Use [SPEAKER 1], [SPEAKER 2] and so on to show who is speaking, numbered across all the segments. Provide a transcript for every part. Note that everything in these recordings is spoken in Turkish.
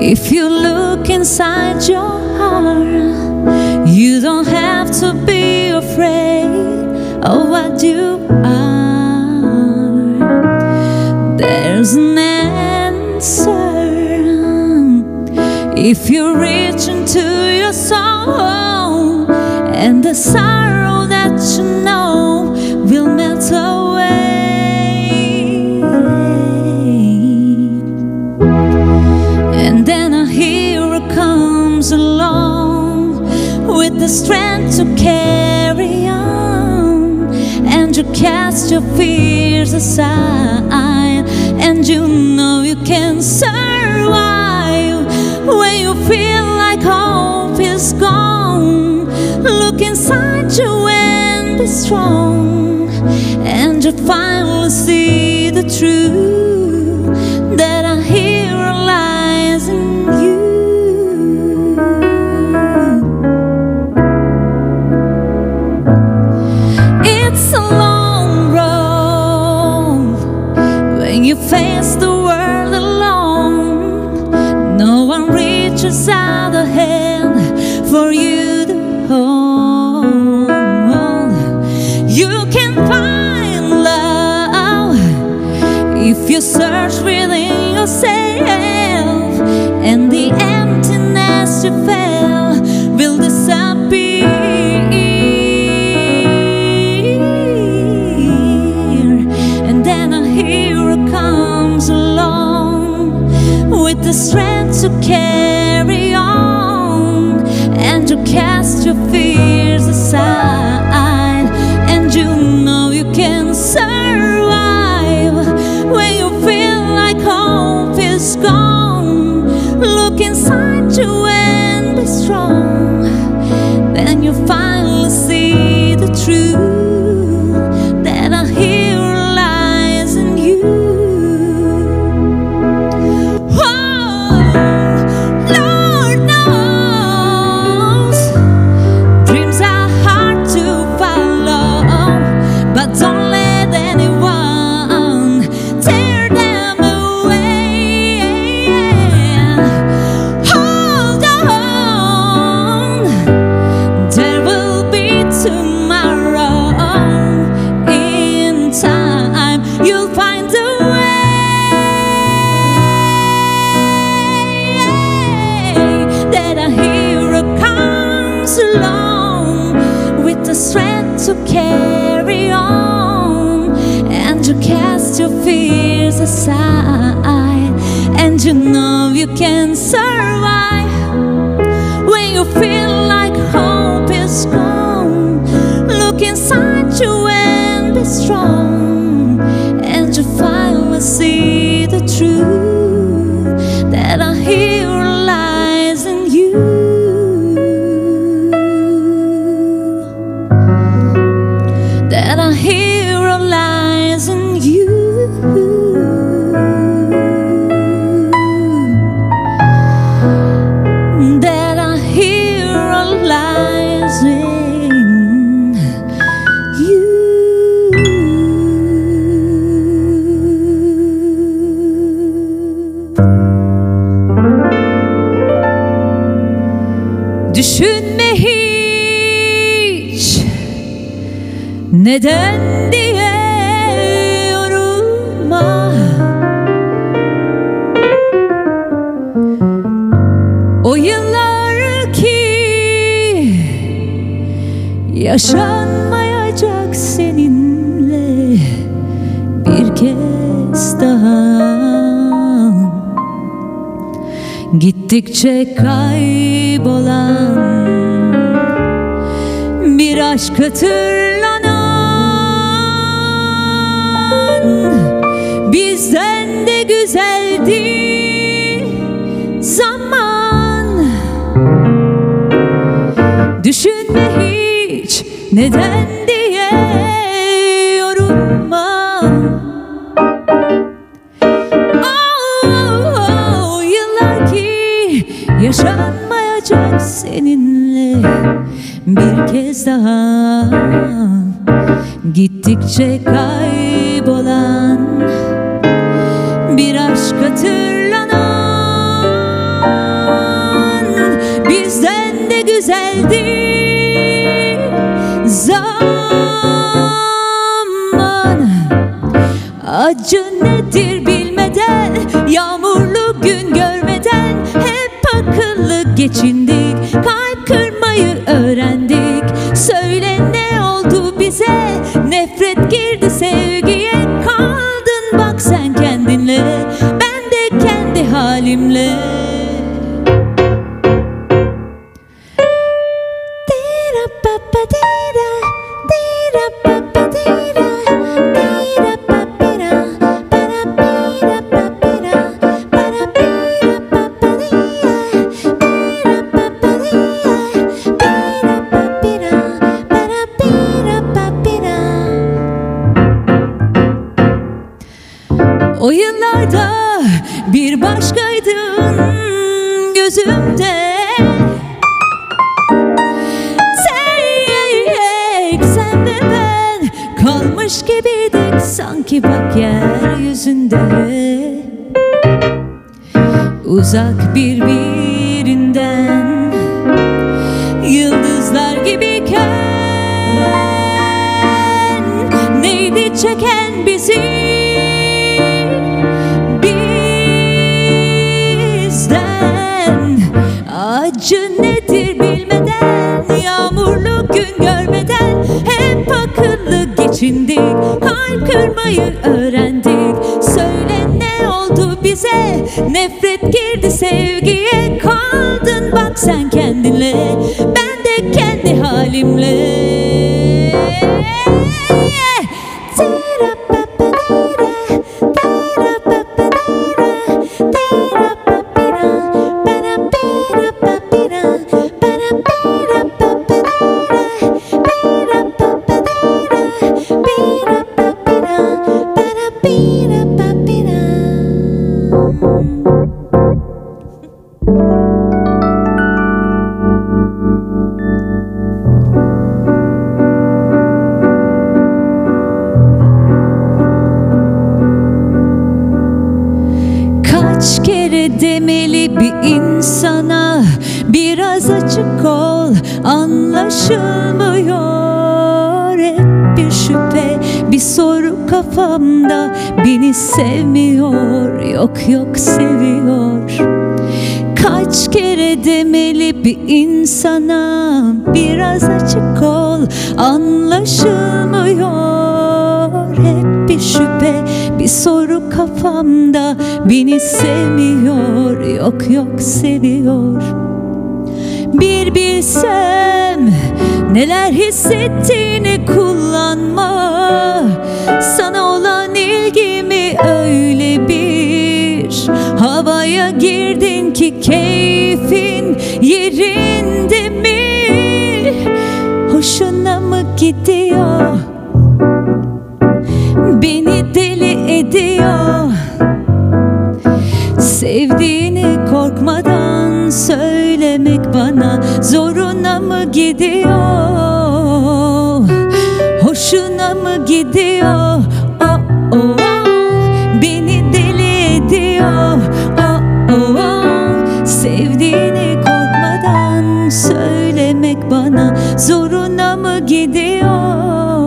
[SPEAKER 1] If you look inside your heart, you don't have to be afraid of what you are. There's an answer if you reach into your soul, and the sorrow that you know will melt away. And then a hero comes along with the strength to carry on, and you cast your fears aside, and you know you can survive. When you feel like hope is gone, look inside you and be strong, and you finally see the truth that a hero lies in you. It's a long road when you face the world alone. No one reaches out a hand for you to hold. You can find love if you search within yourself, and the emptiness you felt will disappear. And then a hero comes along with the strength to carry on, and you cast your fears aside, and you know you can survive. When you feel like hope is gone, look inside you and be strong, then you finally see the truth that a hero lies in you. Lord knows dreams are hard to follow, but don't let anyone tear them away. Hold on, there will be tomorrow. In time, you'll find a way. That a hero comes along with the strength to carry on, and you cast your fears aside, and you know you can survive. When you feel like hope is gone, look inside you and be strong, and you finally see the truth that a hero lies in you. That a hero lies in you. That a hero lies in you. Düşünme hiç neden diye yorulma. O yıllar ki yaşanmayacak seninle bir kez daha. Gittikçe kaybolan bir aşk hatırlanan, bizden de güzeldi zaman. Düşünme hiç neden diye yorulma. Yıllar ki yaşanmayacak seninle bir kez daha. Gittikçe kaybolan bir aşk hatırlanan, nedir bilmeden, yağmurlu gün görmeden hep akıllı geçindik, kalp kırmayı öğrendik. Söyle ne oldu bize, nefret girdi sevgiye, kaldın bak sen kendinle, ben de kendi halimle. O yıllarda bir başkaydın gözümde, tek sen ve ben kalmış gibiydik sanki bak yeryüzünde. Uzak birbirinden yıldızlar gibiyken, neydi çeken bizi bizden? Acı nedir bilmeden, yağmurlu gün görmeden hep akıllı geçindik, kalp kırmayı öğrendik. Söyle ne oldu bize, nefret girdi sevgiye, kaldın bak sen kendinle, ben de kendi halimle. Kaç kere demeli bir insana, biraz açık ol, anlaşılmıyor. Hep bir şüphe, bir soru kafamda, beni sevmiyor, yok yok seviyor. Kaç kere demeli bir insana, biraz açık ol, anlaşılmıyor. Hep bir şüphe, bir soru kafamda, beni sevmiyor, yok yok seviyor. Bir bilsem neler hissettiğini kullanma, sana olan ilgimi öyle bir havaya girdin ki keyfin yerinde mi? Hoşuna mı gidiyor? Beni deli ediyor. Sevdiğini korkmadan söylemek bana zoruna mı gidiyor? Hoşuna mı gidiyor? Oh, oh, oh. Beni deli ediyor. Oh, oh, oh. Sevdiğini korkmadan söylemek bana zoruna mı gidiyor?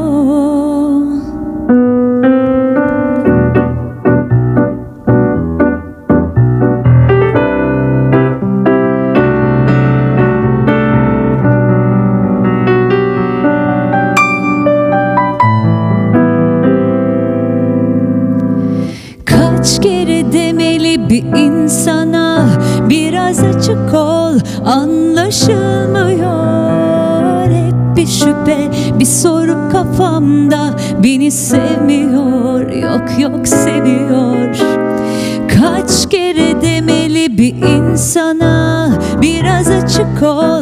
[SPEAKER 1] Kaç kere demeli bir insana, biraz açık ol, anlaşılmıyor. Hep bir şüphe, bir soru kafamda, beni sevmiyor, yok yok seviyor. Kaç kere demeli bir insana, biraz açık ol,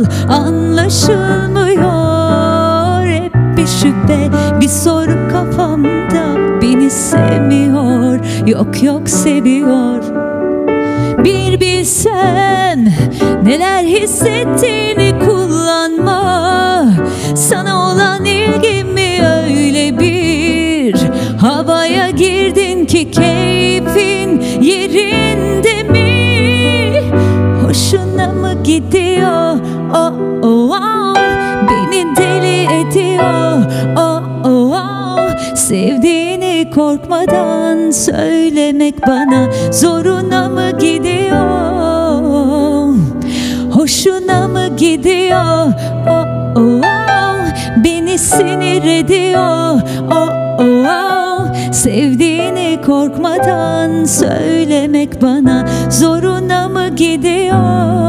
[SPEAKER 1] anlaşılmıyor. Hep bir şüphe, bir soru kafamda, beni sevmiyor, yok yok seviyor. Bir bilsem neler hissettiğini kullanma, sana olan ilgimi öyle bir havaya girdin ki keyfin yerinde mi? Hoşuna mı gidiyor? Oh, oh, oh. Beni deli ediyor. Oh, oh, oh. Sevdiğini korkmadan söylemek bana zoruna mı gidiyor? Hoşuna mı gidiyor? Oh, oh, oh. Beni sinir ediyor. Oh, oh, oh. Sevdiğini korkmadan söylemek bana zoruna mı gidiyor?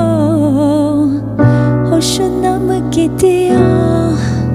[SPEAKER 1] Hoşuna mı gidiyor?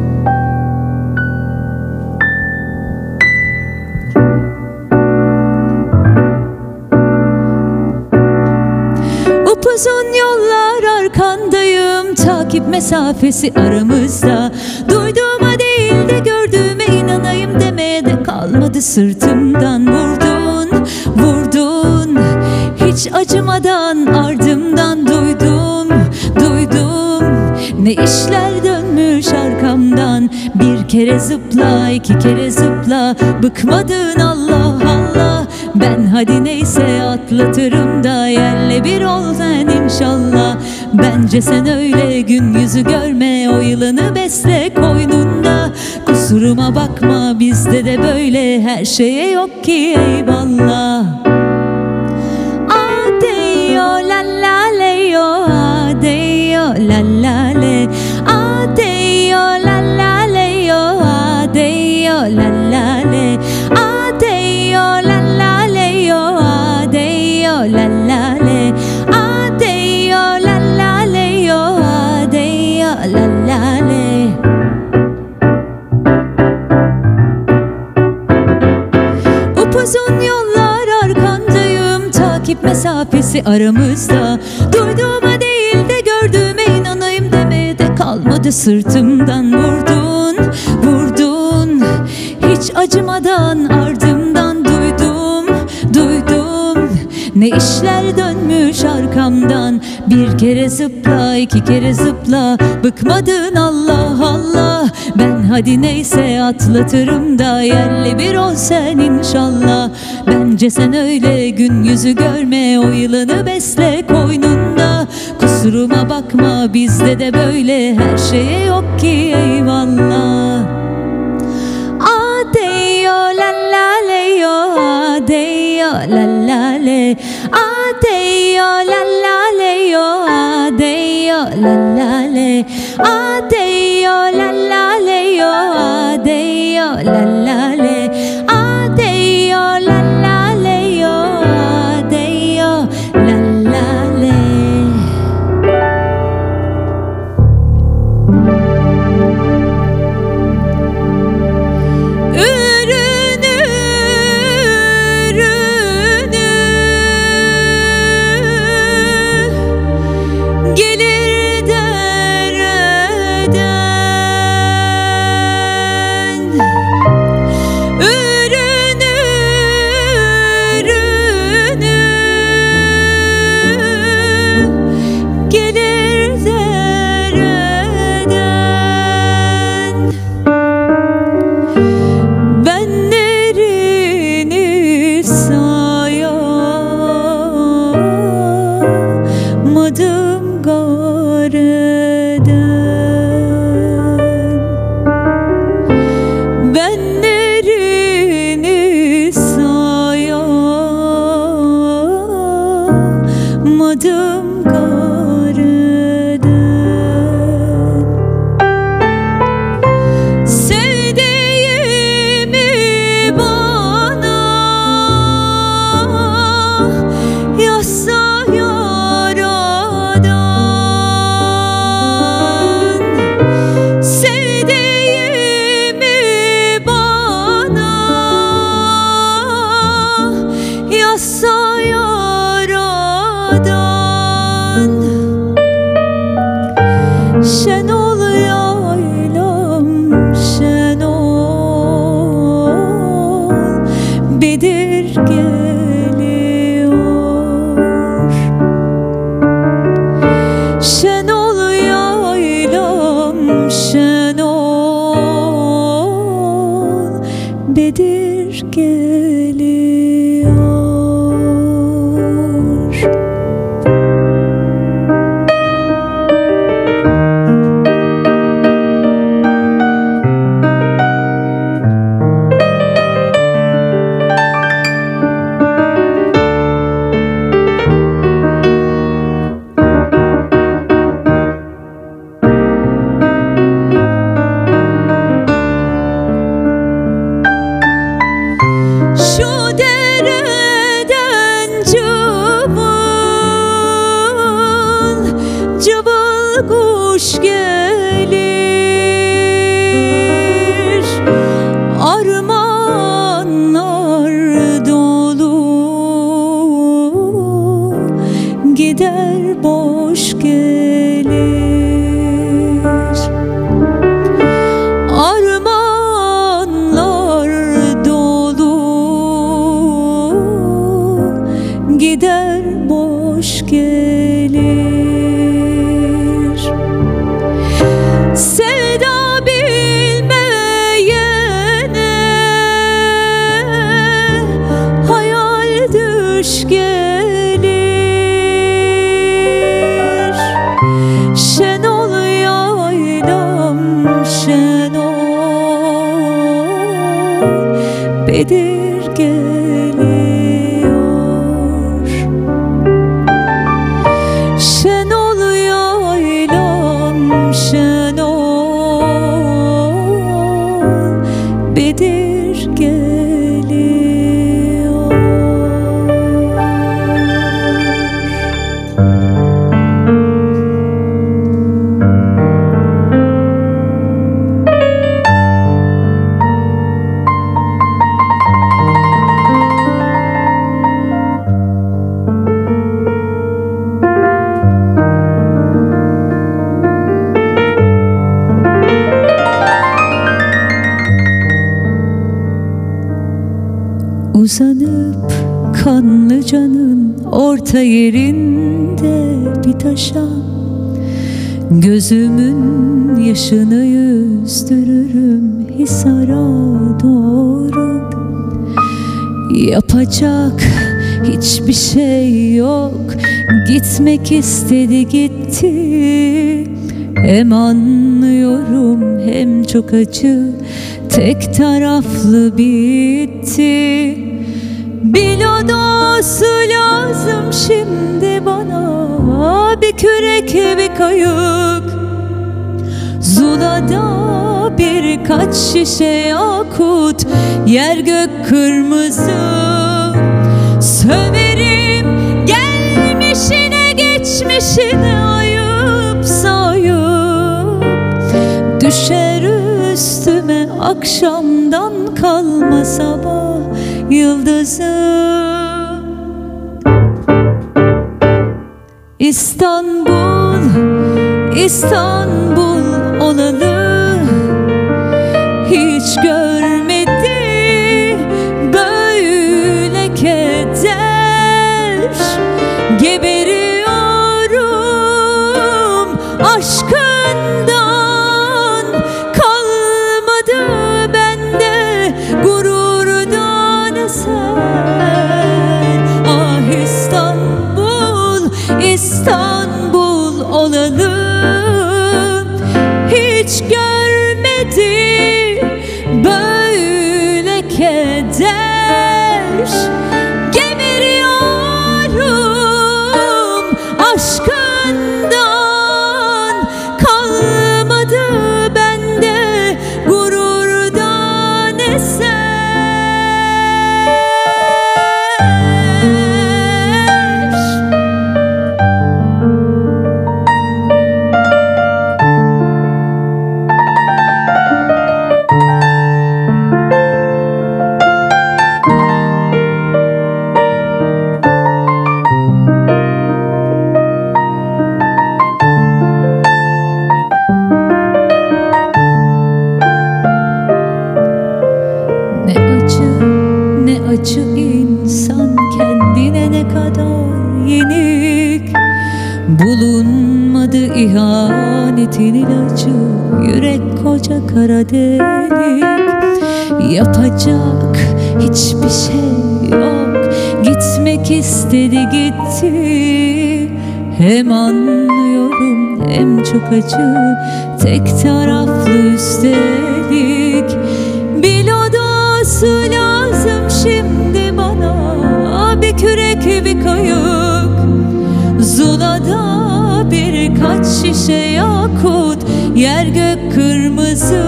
[SPEAKER 1] Upuzun yollar arkandayım, takip mesafesi aramızda. Duyduğuma değil de gördüğüme inanayım demeye de kalmadı sırtımdan. Vurdun, vurdun, hiç acımadan ardımdan duydum, duydum. Ne işler dönmüş arkamdan. Bir kere zıpla, iki kere zıpla, bıkmadın Allah Allah. Ben hadi neyse atlatırım da yerle bir ol sen inşallah. Bence sen öyle gün yüzü görme, o yılanı besle koynunda. Kusuruma bakma, bizde de böyle, her şeye yok ki eyvallah. Adeyo la la le yo, adeyo la la le, adeyo la la le yo, adeyo la la le, adeyo la la le yo, adeyo la la le, adeyo la la le yo, adeyo la la le. Upuzun yollar arkandayım, takip mesafesi aramızda. Duyduğuma değil de gördüğüme inanayım demeye de kalmadı sırtımdan. Vurdun, vurdun, hiç acımadan ardımdan duydum, duydum. Ne işler dönmüş arkamdan. Bir kere zıpla, iki kere zıpla, bıkmadın Allah Allah. Ben hadi neyse atlatırım da yerle bir ol sen inşallah. Bence sen öyle gün yüzü görme, o yılanı besle koynunda. Kusuruma bakma, bizde de böyle, her şeye yok ki eyvallah. Adeyo la la le yo, adeyo la la le, adeyo la la le yo, adeyo la la le, adeyo la la le yo, adeyo la la le, adeyo la la le yo, adeyo la la le. Gelir dereden, ürünü, ürünü, gelir dereden. Benlerini sayamadım gareden. Benlerini sayamadım gareden. Sevdiğimi bana yazsa yaradan. Sevdiğimi bana yazsa yaradan. Şen ol yaylam, şen ol, Bedir geliyor. Şen ol yaylam, şen ol, Bedir geliyor. boş gelir, armağanlar dolu gider boş gelir. Armağanlar dolu gider boş gelir. Sevda bilmeyene hayal düş gelir. Şen ol yaylam şen ol, Bedir geliyor. Şen ol yaylam şen ol, Bedir geliyor. Uzanıp Kanlıca'nın orta yerinde bir taşa gözümün yaşını yüzdürürüm Hisar'a doğru. Yapacak hiçbir şey yok, gitmek istedi gitti. Hem anlıyorum hem çok acı, tek taraflı bitti. Bilodosu lazım şimdi bana, bir kürek bir kayık. Zula'da birkaç şişe yakut, yer gök kırmızı. Söverim gelmişine geçmişine, ayıp sayıp düşer üstüme akşamdan kalma sabah yıldızı. İstanbul, İstanbul olalı, hiç görmedi böyle keder. Geberiyorum aşkından, kalmadı bende gururdan eser. Ah İstanbul, İstanbul olalı, hiç görmedi böyle keder. Geberiyorum aşkından, kalmadı bende gururdan eser. Ne acı insan kendine ne kadar yenik. Bulunmadı ihanetin ilacı, yürek koca kara delik. Yapacak hiçbir şey yok, gitmek istedi gitti. Hem anlıyorum hem çok acı, tek taraflı üstelik. Bilodosu lazım şimdi bana, bir kürek bir kayık. Zula'da birkaç şişe yakut, yer gök kırmızı.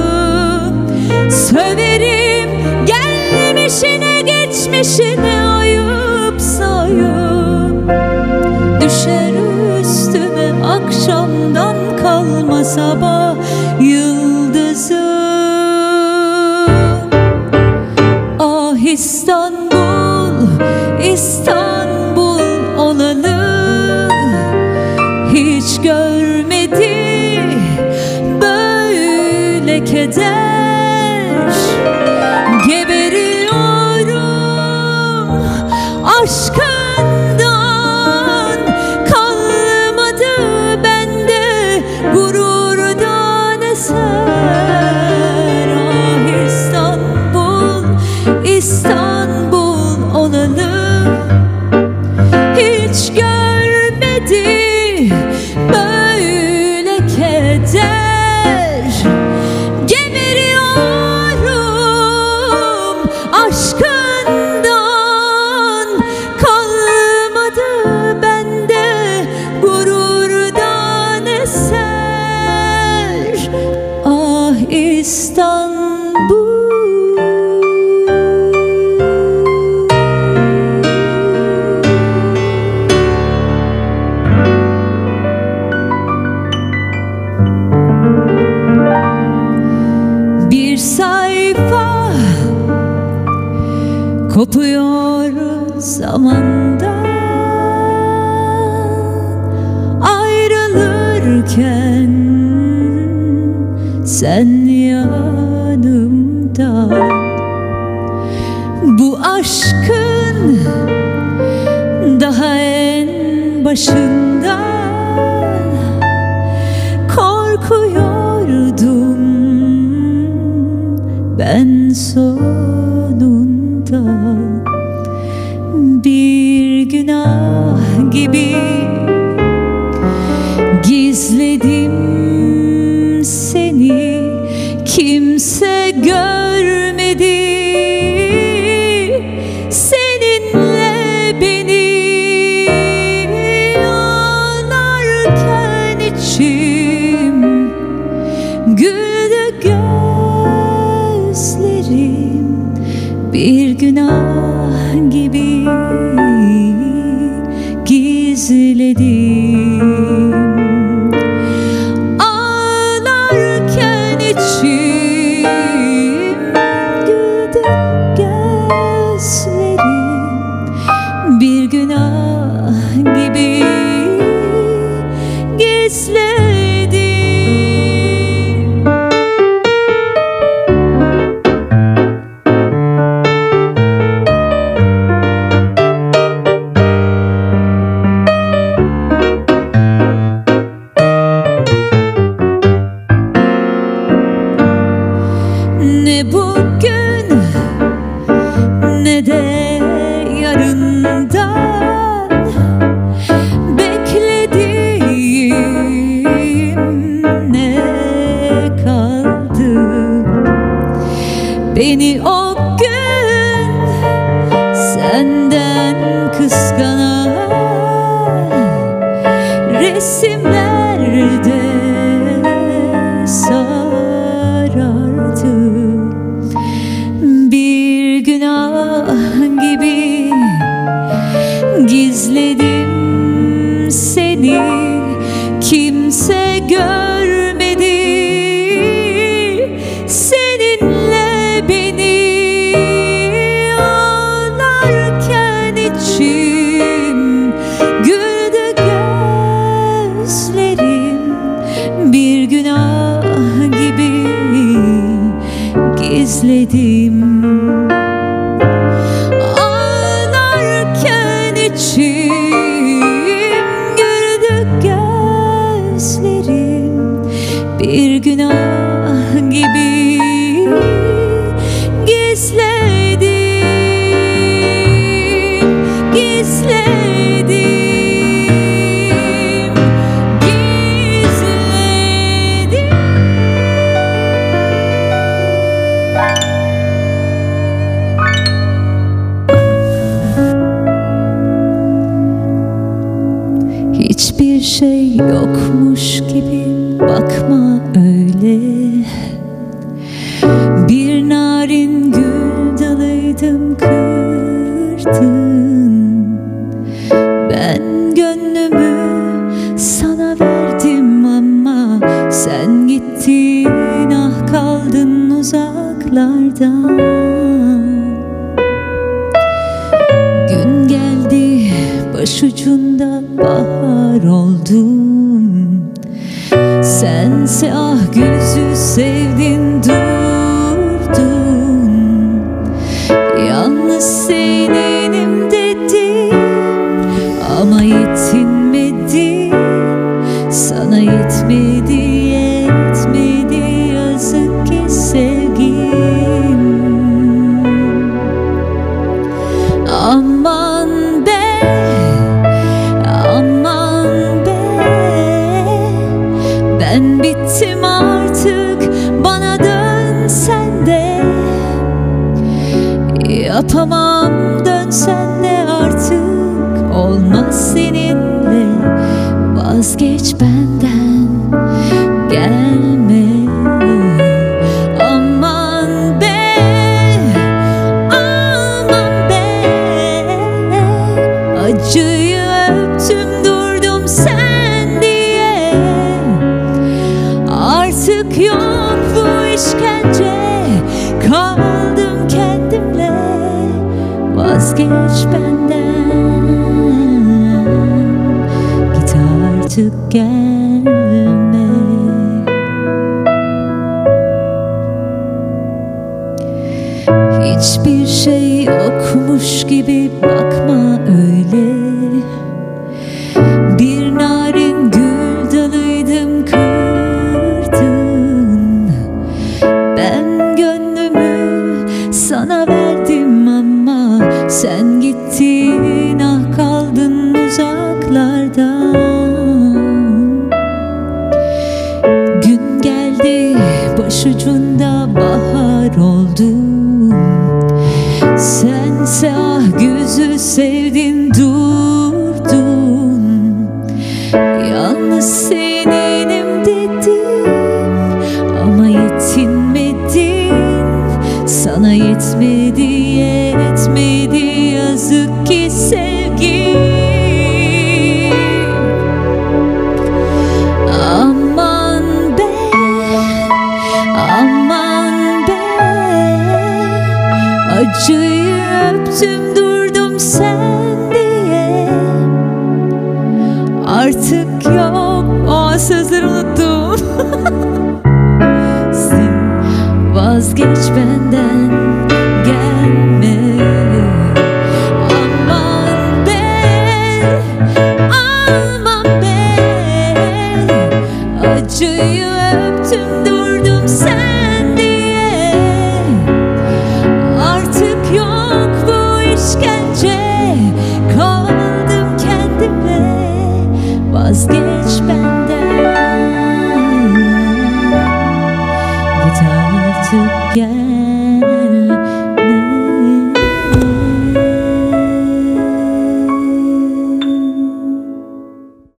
[SPEAKER 1] Söverim gelmişine geçmişine, ayıp sayıp düşer üstüme akşamdan kalma sabah yıldızı. Ah İstanbul, İstanbul olalı, hiç görmedi böyle keder. Geberiyorum aşkından, kalmadı bende gururdan eser. Ah İstanbul, İstanbul olalı, hiç görmedi böyle keder. Geberiyorum aşkından, kalmadı bende gururdan eser. Ah İstanbul. Bir sayfa kopuyor zamandan, ayrılırken sen yanımda. Bu aşkın daha en başında korkuyordum ben sonunda. Bir günah gibi gizledim seni, kimse görmedi. Seninle beni ağlarken içim güldü gözlerim. Bir günah gibi gizledim. Ağlarken içim güldü gözlerim. Bir günah gibi gizledim. Ne bugün ne de yarından beklediğim ne kaldı? Beni o gün senden kıskanan resimlerde sarardı. Bir günah gibi gizledim seni, kimse görmedi. Seninle beni ağlarken içim güldü gözlerim. Bir günah gibi gizledim. Ağlarken içim güldü gözlerim. Bir günah gibi gizledim, gizledim, gizledim. Hiçbir şey yokmuş gibi bakma öyle. Bir narin gül dalıydım, kırdın. Ben gönlümü sana verdim ama sen başucunda bahar oldum. Sense ah güzü sevdin durdun. Yalnız seninim dedim ama yetinmedin. Sana yetmedi yazık ki sevgim. Aman be, aman be, ben bittim artık, bana dön sen de. Yapamam, dönsen de artık olmaz seninle. Vazgeç benden, gelme. Aman be, aman be, acıyı öptüm durdum sen diye. Artık yok bu işkence, kaldım kendimle. Vazgeç benden, git artık gelme. Hiçbir şey yokmuş gibi bakma öyle. Bir narin gül dalıydım, kırdın. Ben gönlümü sana verdim ama sen gittin, ah kaldın uzaklarda. Gün geldi, başucunda bahar oldum. Sense ah güzü sevdin durdun. Yalnız seninim dedim ama yetinmedin. Sana yetmedi yazık ki sevgim. Aman be, aman be, acıyı öptüm durdum sen diye. Artık yok, o sözleri unuttum. Vazgeç benden, gelme. Aman be, aman be, acıyı öptüm durdum sen diye. Artık yok bu işkence, kaldım kendimle. Vazgeç benden, git artık gel.